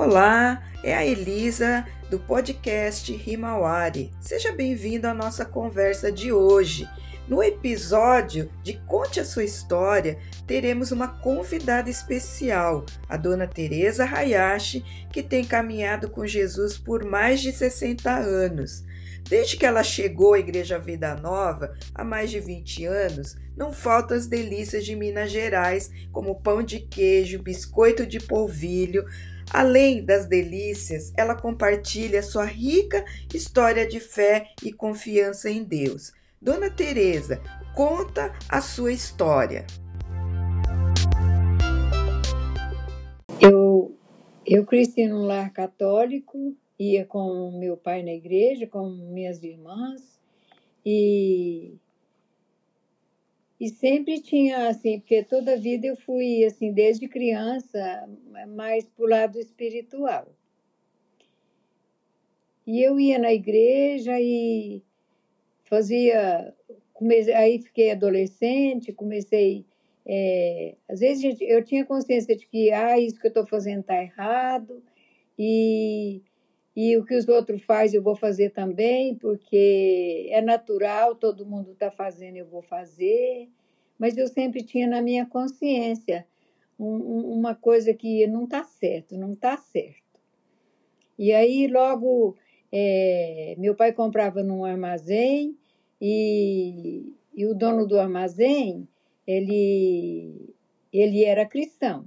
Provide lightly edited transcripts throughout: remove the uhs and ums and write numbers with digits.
Olá, é a Elisa do podcast Himawari. Seja bem-vindo à nossa conversa de hoje. No episódio de Conte a Sua História, teremos uma convidada especial, a Dona Teresa Hayashi, que tem caminhado com Jesus por mais de 60 anos. Desde que ela chegou à Igreja Vida Nova, há mais de 20 anos, não faltam as delícias de Minas Gerais, como pão de queijo, biscoito de polvilho. Além das delícias, ela compartilha sua rica história de fé e confiança em Deus. Dona Teresa, conta a sua história. Eu cresci num lar católico, ia com meu pai na igreja, com minhas irmãs, e sempre tinha, assim, porque toda a vida eu fui, assim, desde criança, mais pro lado espiritual. E eu ia na igreja e aí fiquei adolescente, comecei. Às vezes eu tinha consciência de que isso que eu estou fazendo está errado, e o que os outros fazem eu vou fazer também, porque é natural, todo mundo está fazendo, eu vou fazer. Mas eu sempre tinha na minha consciência uma coisa que não está certo, não está certo. E aí logo meu pai comprava num armazém e o dono do armazém, ele era cristão.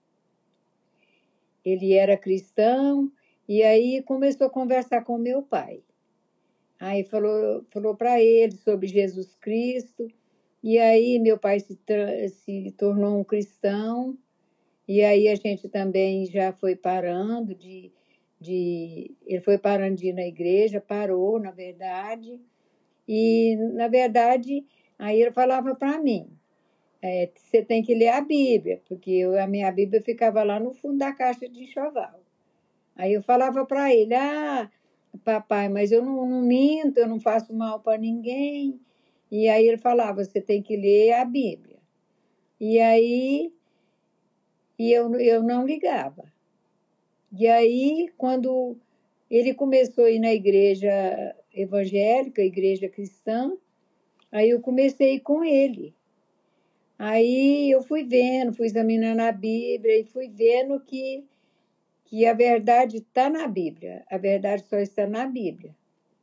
Ele era cristão e aí começou a conversar com meu pai. Aí falou para ele sobre Jesus Cristo, e aí meu pai se tornou um cristão, e aí a gente também já foi parando ele foi parando de ir na igreja, parou, na verdade, e, na verdade, aí ele falava para mim, você tem que ler a Bíblia, porque a minha Bíblia ficava lá no fundo da caixa de enxoval. Aí eu falava para ele, papai, mas eu não minto, eu não faço mal para ninguém. E aí ele falava, você tem que ler a Bíblia. E aí eu não ligava. E aí, quando ele começou a ir na igreja evangélica, igreja cristã, aí eu comecei com ele. Aí eu fui vendo, fui examinando a Bíblia e fui vendo que a verdade está na Bíblia. A verdade só está na Bíblia.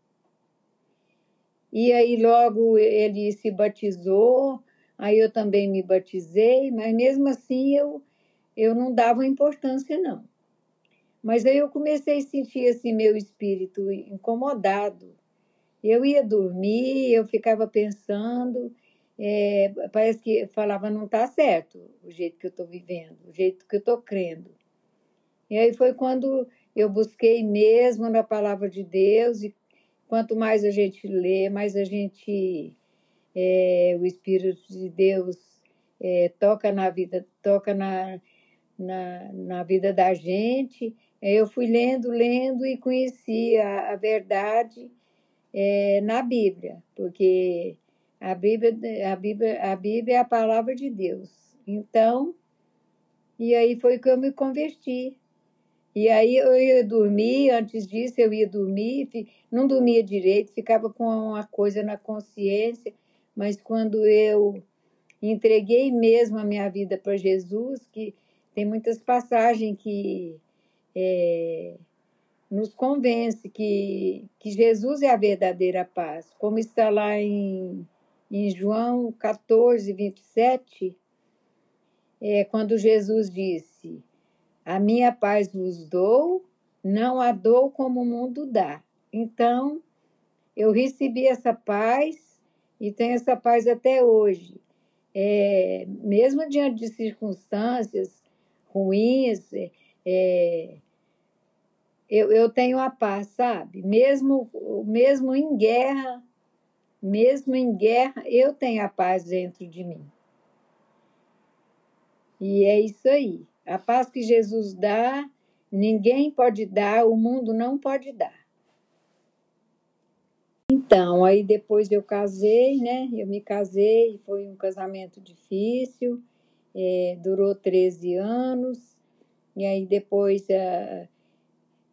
E aí logo ele se batizou, aí eu também me batizei, mas mesmo assim eu não dava importância, não. Mas aí eu comecei a sentir assim, meu espírito incomodado. Eu ia dormir, eu ficava pensando, parece que falava, não está certo o jeito que eu estou vivendo, o jeito que eu estou crendo. E aí foi quando eu busquei mesmo na palavra de Deus, e quanto mais a gente lê, mais a gente, o Espírito de Deus toca na vida, toca na vida da gente. Eu fui lendo e conheci a verdade na Bíblia, porque a Bíblia é a palavra de Deus. Então, e aí foi que eu me converti. E aí eu ia dormir, antes disso eu ia dormir, não dormia direito, ficava com uma coisa na consciência, mas quando eu entreguei mesmo a minha vida para Jesus, que tem muitas passagens que nos convence que Jesus é a verdadeira paz, como está lá em João 14, 27, quando Jesus disse, a minha paz vos dou, não a dou como o mundo dá. Então, eu recebi essa paz e tenho essa paz até hoje. Mesmo diante de circunstâncias ruins, eu tenho a paz, sabe? Mesmo em guerra, eu tenho a paz dentro de mim. E é isso aí. A paz que Jesus dá, ninguém pode dar, o mundo não pode dar. Então, aí depois eu casei, né? Eu me casei, foi um casamento difícil, durou 13 anos, e aí depois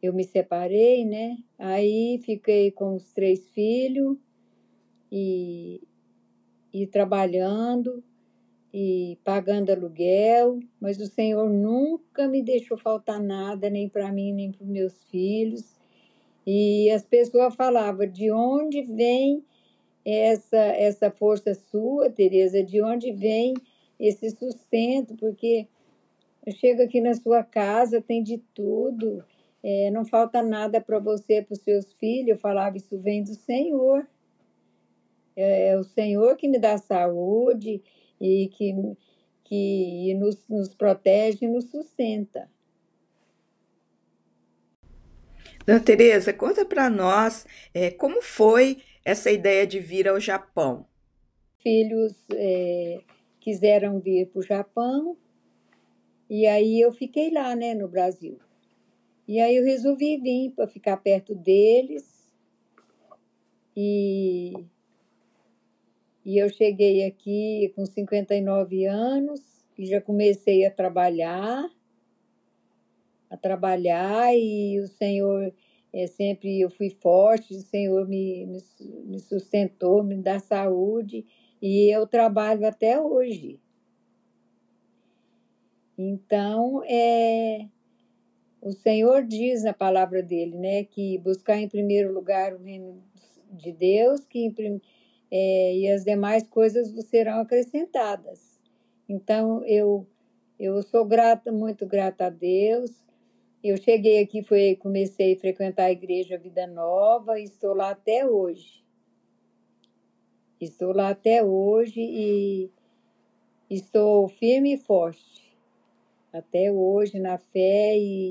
eu me separei, né? Aí fiquei com os 3 filhos e, e trabalhando e pagando aluguel, mas o Senhor nunca me deixou faltar nada, nem para mim, nem para os meus filhos. E as pessoas falavam, de onde vem essa força sua, Tereza? De onde vem esse sustento? Porque eu chego aqui na sua casa, tem de tudo, não falta nada para você, para os seus filhos. Eu falava, isso vem do Senhor. É o Senhor que me dá saúde e que nos protege e nos sustenta. Dona Tereza, conta para nós como foi essa ideia de vir ao Japão. Filhos quiseram vir para o Japão e aí eu fiquei lá, né, no Brasil. E aí eu resolvi vir para ficar perto deles e eu cheguei aqui com 59 anos e já comecei a trabalhar e o Senhor sempre eu fui forte, o Senhor me sustentou, me dá saúde e eu trabalho até hoje. Então, o Senhor diz na palavra dele, né, que buscar em primeiro lugar o reino de Deus, e as demais coisas vos serão acrescentadas. Então, eu sou grata, muito grata a Deus. Eu cheguei aqui, comecei a frequentar a Igreja Vida Nova e estou lá até hoje. Estou lá até hoje e estou firme e forte. Até hoje na fé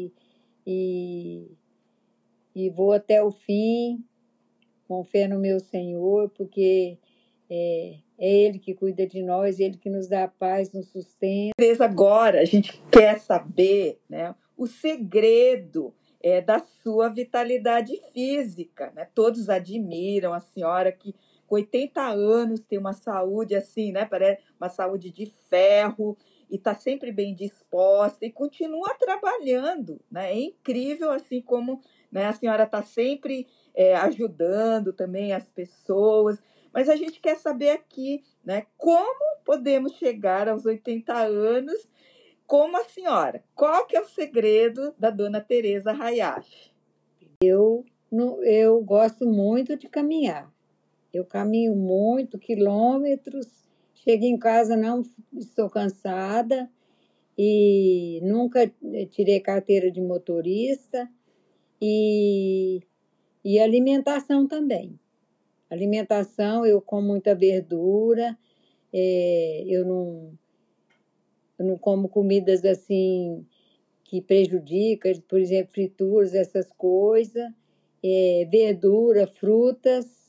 e vou até o fim, com fé no meu Senhor, porque é Ele que cuida de nós, Ele que nos dá a paz, nos sustenta. Agora a gente quer saber, né, o segredo da sua vitalidade física, né? Todos admiram a senhora que com 80 anos tem uma saúde assim, né? Parece uma saúde de ferro e está sempre bem disposta e continua trabalhando, né? É incrível assim como, né, a senhora está sempre ajudando também as pessoas. Mas a gente quer saber aqui, né, como podemos chegar aos 80 anos como a senhora. Qual que é o segredo da Dona Tereza Hayashi? Eu gosto muito de caminhar. Eu caminho muito, quilômetros. Chego em casa, não estou cansada e nunca tirei carteira de motorista. E alimentação também. Alimentação, eu como muita verdura, eu não como comidas assim que prejudicam, por exemplo, frituras, essas coisas, verdura, frutas.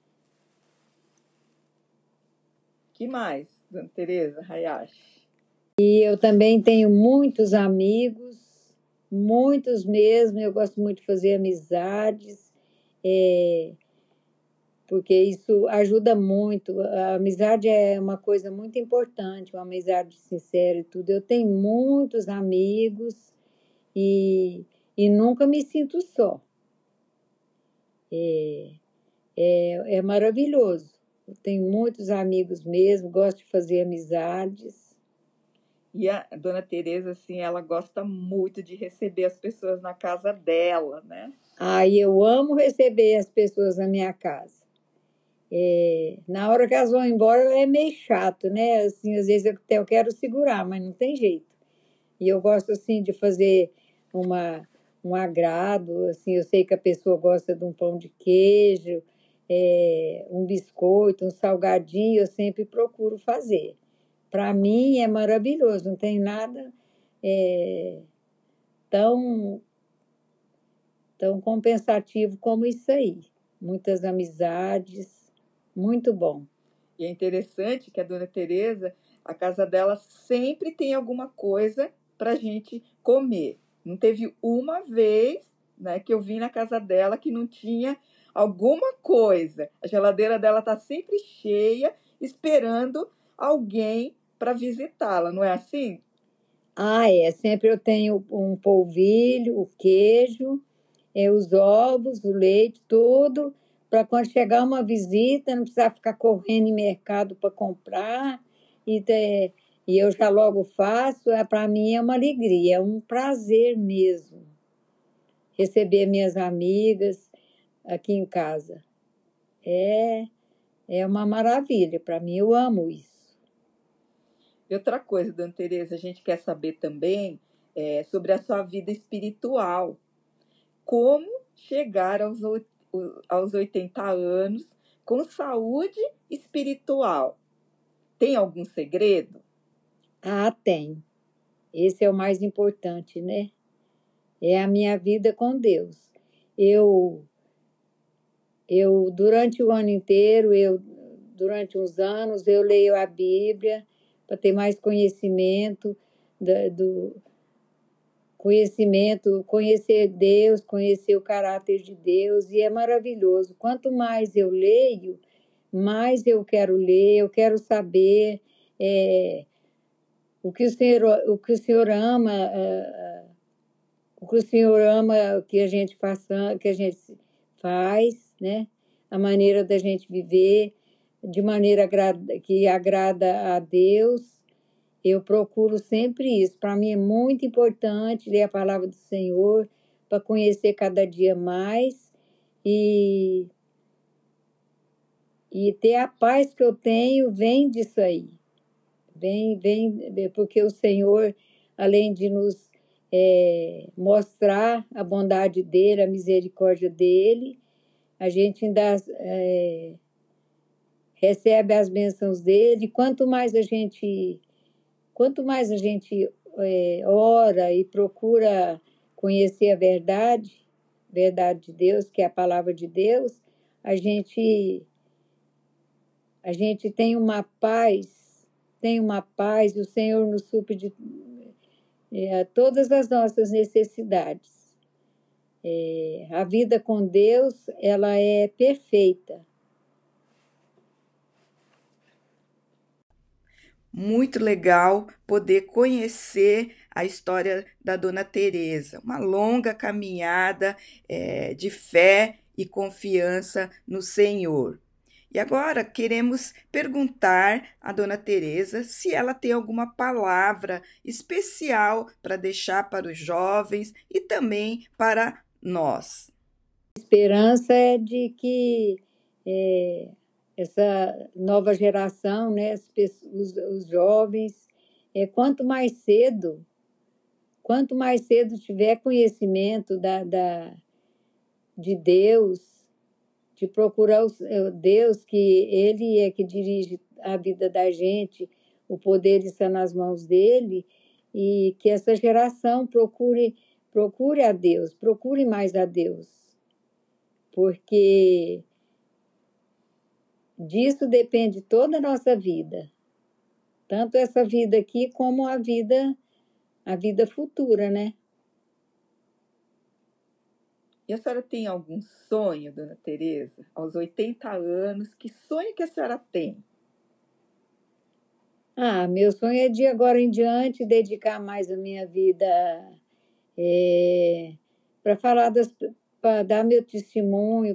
Que mais, Dona Tereza Hayashi? E eu também tenho muitos amigos, muitos mesmo, eu gosto muito de fazer amizades, porque isso ajuda muito. A amizade é uma coisa muito importante, uma amizade sincera e tudo. Eu tenho muitos amigos e nunca me sinto só. É maravilhoso. Eu tenho muitos amigos mesmo, gosto de fazer amizades. E a Dona Tereza, assim, ela gosta muito de receber as pessoas na casa dela, né? Eu amo receber as pessoas na minha casa. Na hora que elas vão embora é meio chato, né? Assim, às vezes eu quero segurar, mas não tem jeito. E eu gosto assim de fazer um agrado, assim, eu sei que a pessoa gosta de um pão de queijo, um biscoito, um salgadinho, eu sempre procuro fazer. Para mim é maravilhoso, não tem nada tão compensativo como isso aí. Muitas amizades, muito bom. E é interessante que a Dona Tereza, a casa dela sempre tem alguma coisa para a gente comer. Não teve uma vez, né, que eu vim na casa dela que não tinha alguma coisa. A geladeira dela está sempre cheia, esperando alguém para visitá-la, não é assim? Sempre eu tenho um polvilho, o queijo, os ovos, o leite, tudo, para quando chegar uma visita, não precisar ficar correndo em mercado para comprar. E, e eu já logo faço, para mim é uma alegria, é um prazer mesmo receber minhas amigas aqui em casa. É uma maravilha, para mim, eu amo isso. E outra coisa, dona Tereza, a gente quer saber também sobre a sua vida espiritual. Como chegar aos 80 anos com saúde espiritual? Tem algum segredo? Ah, tem. Esse é o mais importante, né? É a minha vida com Deus. Eu durante o ano inteiro, durante uns anos, eu leio a Bíblia para ter mais conhecimento do conhecimento, conhecer Deus, conhecer o caráter de Deus, e é maravilhoso. Quanto mais eu leio, mais eu quero ler, eu quero saber o que o Senhor ama, o que o Senhor ama que a gente faça, que a gente faz, né? A maneira da gente viver de maneira que agrada a Deus. Eu procuro sempre isso. Para mim é muito importante ler a palavra do Senhor para conhecer cada dia mais e ter a paz que eu tenho vem disso aí. Vem, porque o Senhor, além de nos mostrar a bondade dele, a misericórdia dele, a gente ainda recebe as bênçãos dele. Quanto mais a gente ora e procura conhecer a verdade de Deus, que é a palavra de Deus, a gente tem uma paz, e o Senhor nos supre de todas as nossas necessidades. A vida com Deus, ela é perfeita. Muito legal poder conhecer a história da Dona Teresa, uma longa caminhada de fé e confiança no Senhor. E agora queremos perguntar à Dona Teresa se ela tem alguma palavra especial para deixar para os jovens e também para nós. A esperança é de que essa nova geração, né, os jovens, quanto mais cedo tiver conhecimento de Deus, de procurar Deus, que Ele é que dirige a vida da gente, o poder está nas mãos dele, e que essa geração procure a Deus, procure mais a Deus, porque disso depende toda a nossa vida, tanto essa vida aqui como a vida futura, né? E a senhora tem algum sonho, Dona Teresa, aos 80 anos? Que sonho que a senhora tem? Meu sonho é de agora em diante dedicar mais a minha vida para falar para dar meu testemunho,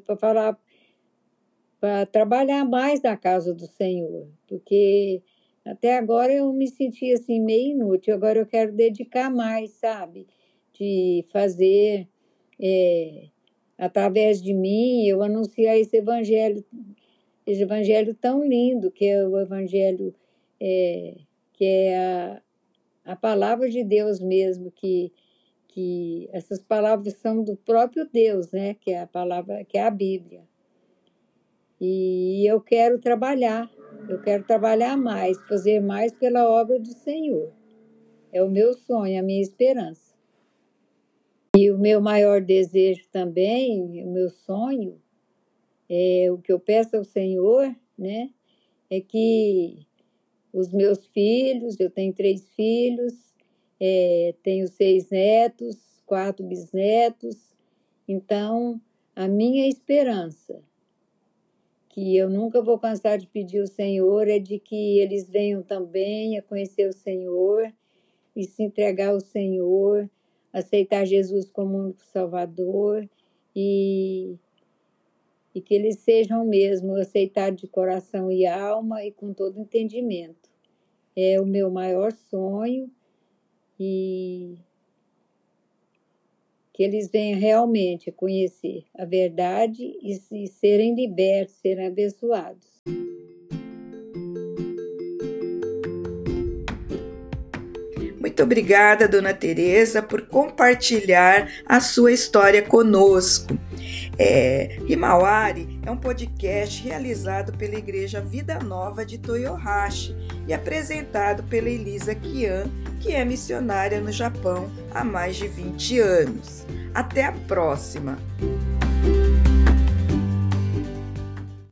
para trabalhar mais na casa do Senhor, porque até agora eu me senti assim meio inútil. Agora eu quero dedicar mais, sabe? De fazer através de mim eu anunciar esse evangelho tão lindo que é o evangelho que é a palavra de Deus mesmo, que essas palavras são do próprio Deus, né? Que é a palavra, que é a Bíblia. E eu quero trabalhar mais, fazer mais pela obra do Senhor. É o meu sonho, a minha esperança. E o meu maior desejo também, o meu sonho, o que eu peço ao Senhor, né? É que os meus filhos, eu tenho 3 filhos, tenho 6 netos, 4 bisnetos. Então, a minha esperança, que eu nunca vou cansar de pedir ao Senhor, é de que eles venham também a conhecer o Senhor e se entregar ao Senhor, aceitar Jesus como único Salvador e que eles sejam mesmo aceitados de coração e alma e com todo entendimento. É o meu maior sonho, e que eles venham realmente conhecer a verdade e serem libertos, serem abençoados. Muito obrigada, Dona Teresa, por compartilhar a sua história conosco. Himawari é um podcast realizado pela Igreja Vida Nova de Toyohashi e apresentado pela Elisa Kian, que é missionária no Japão há mais de 20 anos. Até a próxima!